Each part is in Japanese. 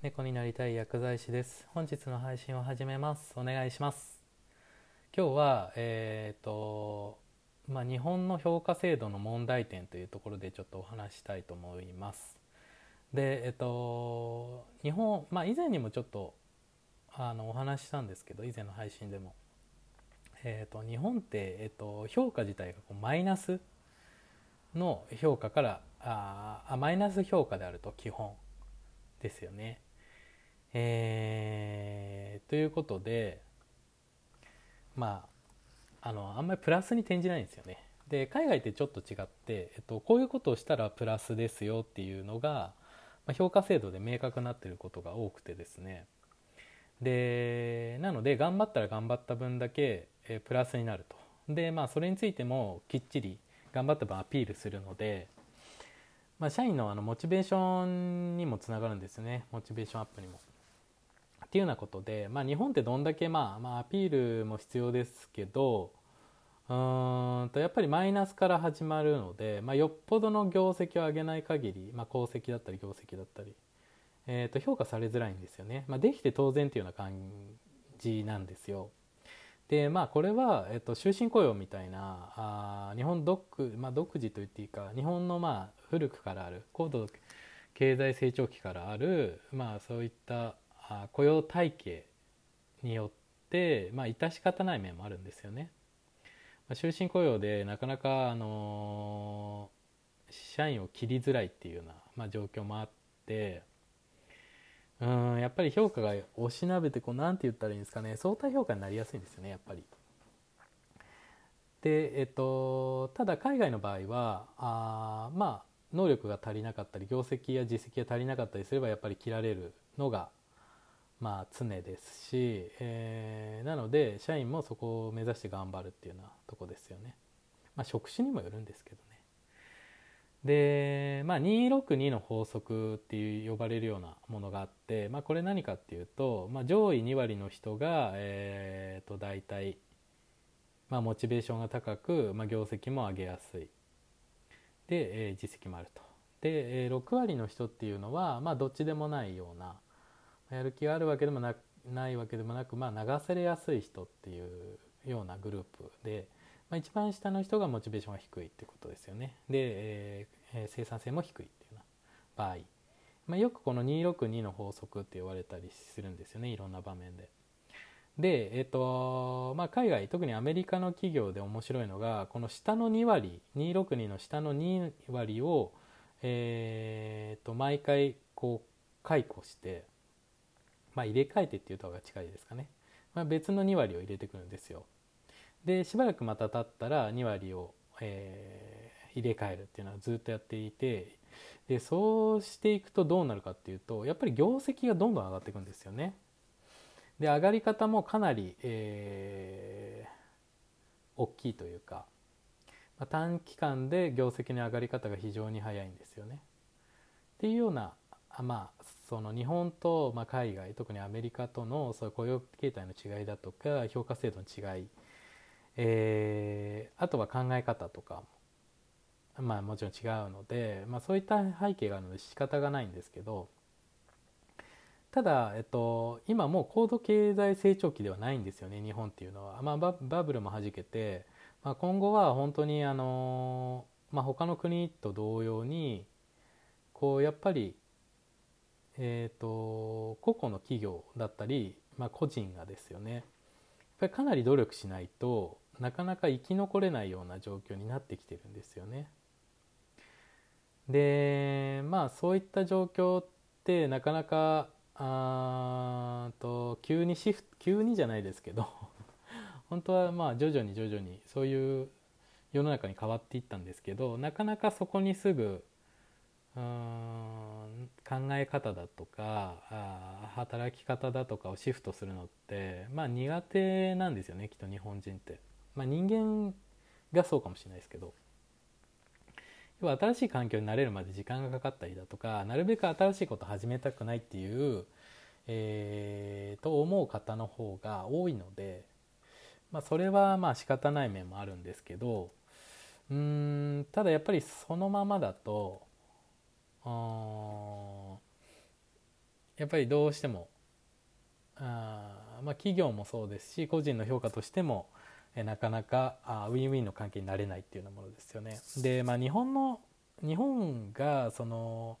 猫になりたい薬剤師です。本日の配信を始めます。お願いします。今日は日本の評価制度の問題点というところでちょっとお話ししたいと思います。で、日本、以前にもちょっとお話ししたんですけど、以前の配信でも、日本って、評価自体がこうマイナスの評価からマイナス評価であると基本ですよね。ということで、あんまりプラスに転じないんですよね。で、海外ってちょっと違って、こういうことをしたらプラスですよっていうのが、評価制度で明確になっていることが多くてですね。で、なので頑張ったら頑張った分だけ、プラスになると。で、それについてもきっちり頑張った分アピールするので、社員のモチベーションにもつながるんですよね。モチベーションアップにも。っていうようなことで、日本ってどんだけアピールも必要ですけど、やっぱりマイナスから始まるので、よっぽどの業績を上げない限り、功績だったり業績だったり、評価されづらいんですよね。できて当然っていうような感じなんですよ。で、これは、終身雇用みたいな日本独自と言っていいか、日本の古くからある高度経済成長期からある、そういった雇用体系によって、致し方ない面もあるんですよね。終身雇用でなかなか、社員を切りづらいっていうような、状況もあって、やっぱり評価がおしなべてなんて言ったらいいんですかね、相対評価になりやすいんですよね、やっぱり。で、ただ海外の場合は能力が足りなかったり業績や実績が足りなかったりすればやっぱり切られるのが常ですし、なので社員もそこを目指して頑張るっていうようなとこですよね。職種にもよるんですけどね。で、262の法則っていう呼ばれるようなものがあって、これ何かっていうと、上位2割の人が、大体、モチベーションが高く、業績も上げやすいで、実績もあると。で、6割の人っていうのは、どっちでもないような、やる気があるわけでもないわけでもなく、流されやすい人っていうようなグループで、一番下の人がモチベーションが低いってことですよね。で、生産性も低いっていうような場合、よくこの262の法則って言われたりするんですよね、いろんな場面で。で、海外特にアメリカの企業で面白いのがこの下の2割262の下の2割を、毎回こう解雇して、入れ替えてっていうところが近いですかね、別の2割を入れてくるんですよ。でしばらくまた経ったら2割を、入れ替えるっていうのはずっとやっていて、でそうしていくとどうなるかっていうとやっぱり業績がどんどん上がっていくんですよね。で上がり方もかなり、大きいというか、短期間で業績の上がり方が非常に早いんですよね。っていうような、その日本と、海外特にアメリカとのそういう雇用形態の違いだとか評価制度の違い、あとは考え方とかも、もちろん違うので、そういった背景があるので仕方がないんですけど、ただ、今もう高度経済成長期ではないんですよね、日本っていうのは。バブルもはじけて、今後は本当に他の国と同様にこうやっぱり、個々の企業だったり、個人がですよね、やっぱりかなり努力しないとなかなか生き残れないような状況になってきてるんですよね。で、そういった状況ってなかなか急にじゃないですけど本当は徐々に徐々にそういう世の中に変わっていったんですけど、なかなかそこにすぐ考え方だとか働き方だとかをシフトするのって、苦手なんですよね、きっと日本人って。人間がそうかもしれないですけど、要は新しい環境に慣れるまで時間がかかったりだとか、なるべく新しいことを始めたくないっていう、と思う方の方が多いので、それは仕方ない面もあるんですけど、ただやっぱりそのままだと、ややっぱりどうしても企業もそうですし個人の評価としてもなかなかウィンウィンの関係になれないっていうようなものですよね。で、日本がその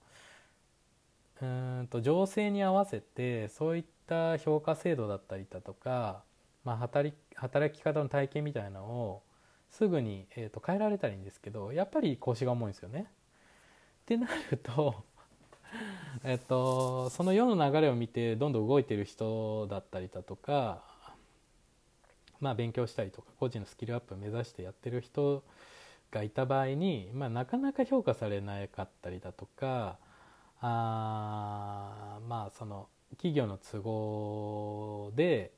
情勢に合わせてそういった評価制度だったりだとか、働き方の体験みたいなのをすぐに、変えられたらいいんですけど、やっぱり腰が重いんですよね。ってなるとその世の流れを見てどんどん動いてる人だったりだとか、勉強したりとか個人のスキルアップを目指してやってる人がいた場合に、なかなか評価されなかったりだとか、その企業の都合で、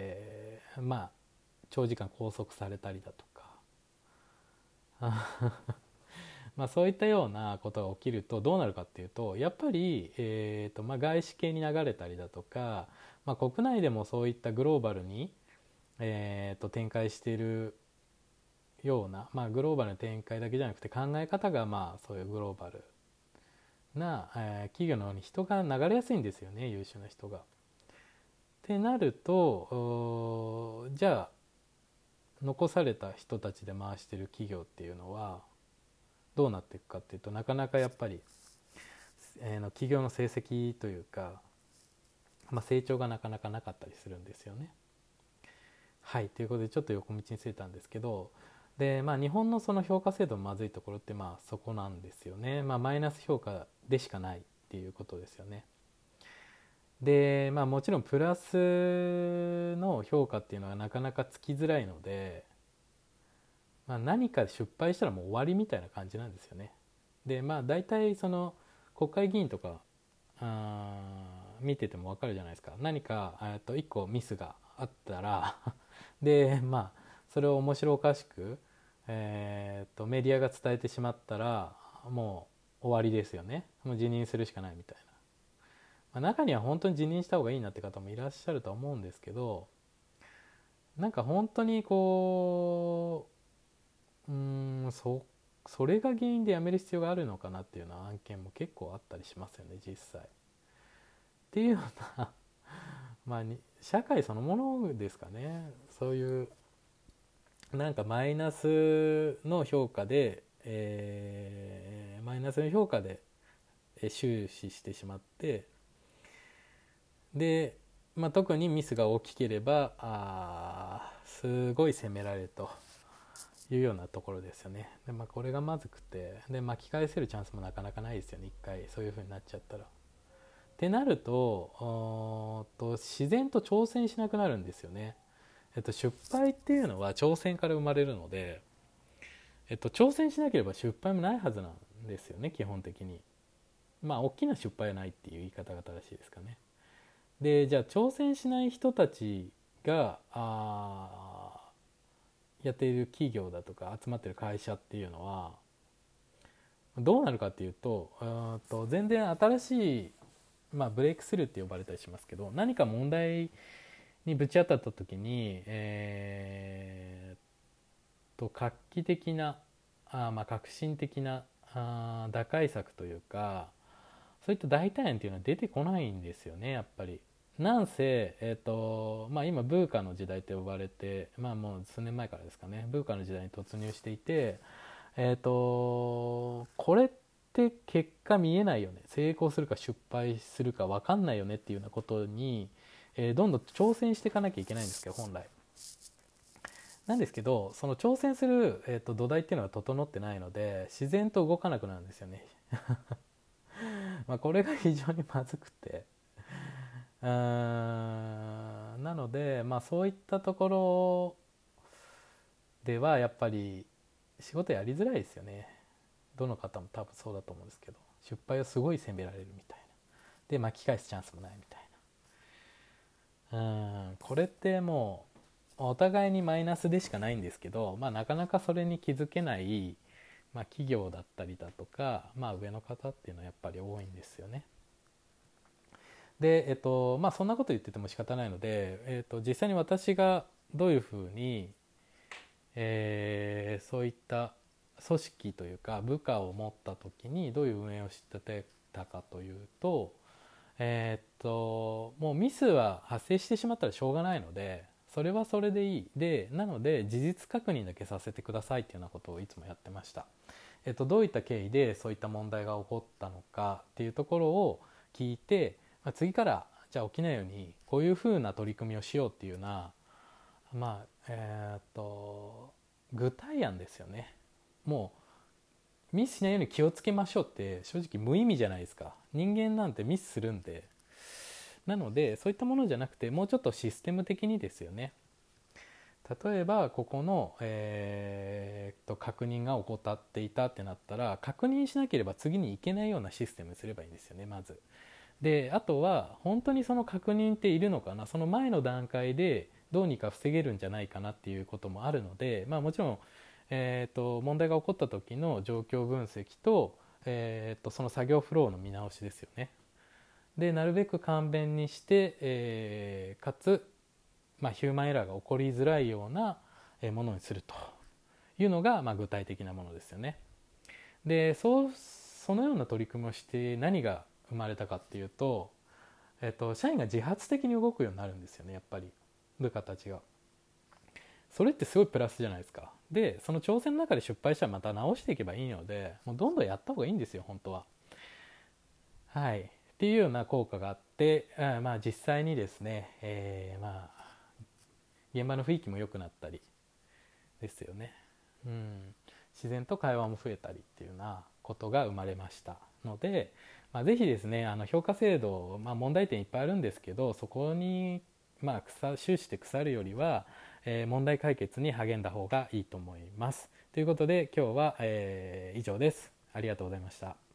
長時間拘束されたりだとかそういったようなことが起きるとどうなるかっていうと、やっぱり、外資系に流れたりだとか、国内でもそういったグローバルに、展開しているような、グローバルな展開だけじゃなくて考え方がそういうグローバルな、企業の方に人が流れやすいんですよね、優秀な人が。ってなるとじゃあ残された人たちで回してる企業っていうのはどうなっていくかっていうと、なかなかやっぱり、企業の成績というか、成長がなかなかなかったりするんですよね。はい、ということでちょっと横道についたんですけど、で、日本のその評価制度のまずいところってそこなんですよね。マイナス評価でしかないっていうことですよね。で、もちろんプラスの評価っていうのはなかなかつきづらいので、何か失敗したらもう終わりみたいな感じなんですよね。で、大体その国会議員とか見てても分かるじゃないですか。何か1個ミスがあったらでそれを面白おかしく、メディアが伝えてしまったらもう終わりですよね。もう辞任するしかないみたいな、中には本当に辞任した方がいいなって方もいらっしゃると思うんですけど、なんか本当にこうそれが原因で辞める必要があるのかなっていうような案件も結構あったりしますよね、実際。っていうような社会そのものですかね。そういうなんかマイナスの評価で、終始してしまって、で、特にミスが大きければすごい責められるというようなところですよね。で、これがまずくて、で巻き返せるチャンスもなかなかないですよね、一回そういう風になっちゃったら。ってなると自然と挑戦しなくなるんですよね。失敗っていうのは挑戦から生まれるので、挑戦しなければ失敗もないはずなんですよね、基本的に。大きな失敗はないっていう言い方が正しいですかね。で、じゃあ挑戦しない人たちがやっている企業だとか集まっている会社っていうのはどうなるかっていうと、全然新しい、ブレイクスルーって呼ばれたりしますけど、何か問題にぶち当たった時に、画期的な革新的な打開策というか、そういった代替案っていうのは出てこないんですよね、やっぱり。なんせ、今ブーカの時代と呼ばれて、もう数年前からですかね、ブーカの時代に突入していて、これって結果見えないよね、成功するか失敗するか分かんないよねっていうようなことに、どんどん挑戦していかなきゃいけないんですけど、本来なんですけど、その挑戦する、土台っていうのが整ってないので自然と動かなくなるんですよねこれが非常にまずくて、なので、そういったところではやっぱり仕事やりづらいですよね。どの方も多分そうだと思うんですけど、失敗をすごい責められるみたいな、で巻き返すチャンスもないみたいな、これってもうお互いにマイナスでしかないんですけど、なかなかそれに気づけない、企業だったりだとか、上の方っていうのはやっぱり多いんですよね。で、そんなこと言ってても仕方ないので、実際に私がどういうふうに、そういった組織というか部下を持った時にどういう運営をしてたかというと、 もうミスは発生してしまったらしょうがないので、それはそれでいい。で、なので事実確認だけさせてくださいっていうようなことをいつもやってました。どういった経緯でそういった問題が起こったのかっていうところを聞いて、次からじゃあ起きないようにこういうふうな取り組みをしようっていうような、具体案ですよね。もうミスしないように気をつけましょうって正直無意味じゃないですか。人間なんてミスするんで。なのでそういったものじゃなくて、もうちょっとシステム的にですよね。例えばここの、確認が怠っていたってなったら、確認しなければ次に行けないようなシステムにすればいいんですよね、まず。で、あとは本当にその確認っているのかな、その前の段階でどうにか防げるんじゃないかなっていうこともあるので、もちろん、問題が起こった時の状況分析と、その作業フローの見直しですよね。でなるべく簡便にして、かつ、ヒューマンエラーが起こりづらいようなものにするというのが、具体的なものですよね。でそのような取り組みをして何が生まれたかっていうと、社員が自発的に動くようになるんですよね、やっぱり部下たちが。それってすごいプラスじゃないですか。でその挑戦の中で失敗したらまた直していけばいいので、もうどんどんやった方がいいんですよ本当は。はい、っていうような効果があって、実際にですね、現場の雰囲気も良くなったりですよね。自然と会話も増えたりっていうようなことが生まれましたので、ぜひですね、評価制度、問題点いっぱいあるんですけど、そこに、終始して腐るよりは、問題解決に励んだ方がいいと思います。ということで今日は、以上です。ありがとうございました。